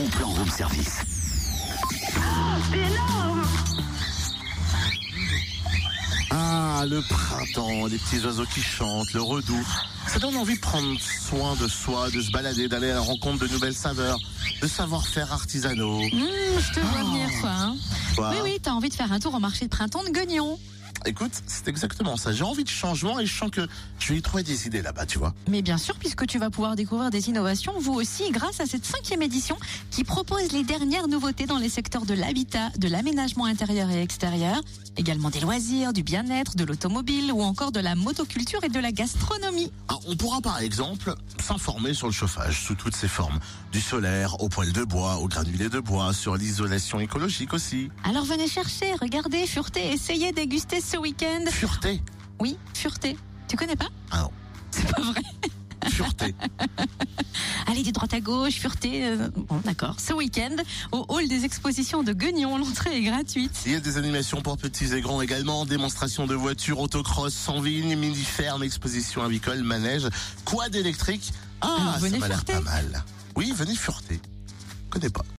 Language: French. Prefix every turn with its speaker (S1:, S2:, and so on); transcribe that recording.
S1: bon plan room service.
S2: C'est énorme!
S3: Ah, le printemps, les petits oiseaux qui chantent, le redoux. Ça donne envie de prendre soin de soi, de se balader, d'aller à la rencontre de nouvelles saveurs, de savoir-faire artisanaux.
S4: Je te vois venir, toi. Hein.
S3: Quoi
S4: Oui, t'as envie de faire un tour au marché de printemps de Guignon.
S3: Écoute, c'est exactement ça. J'ai envie de changement et je sens que je vais y trouver des idées là-bas, tu vois.
S4: Mais bien sûr, puisque tu vas pouvoir découvrir des innovations, vous aussi, grâce à cette 5e édition qui propose les dernières nouveautés dans les secteurs de l'habitat, de l'aménagement intérieur et extérieur, également des loisirs, du bien-être, de l'automobile ou encore de la motoculture et de la gastronomie.
S3: Alors, on pourra par exemple s'informer sur le chauffage sous toutes ses formes. Du solaire, au poêle de bois, au granulé de bois, sur l'isolation écologique aussi.
S4: Alors venez chercher, regardez, fureter, essayez, déguster ce week-end.
S3: Fureté.
S4: Oui, fureter. Tu connais pas?
S3: Ah non,
S4: C'est pas vrai.
S3: fureté.
S4: Allez, de droite à gauche, fureter. Bon, d'accord. Ce week-end, au hall des expositions de Guignon, l'entrée est gratuite.
S3: Il y a des animations pour petits et grands également, démonstration de voitures, autocross, sans vigne, mini-ferme, exposition avicole, manège, quad électrique. Ah,
S4: Alors,
S3: ça
S4: venez
S3: m'a l'air
S4: fureter.
S3: pas mal. Oui, venez fureter. Je connais pas.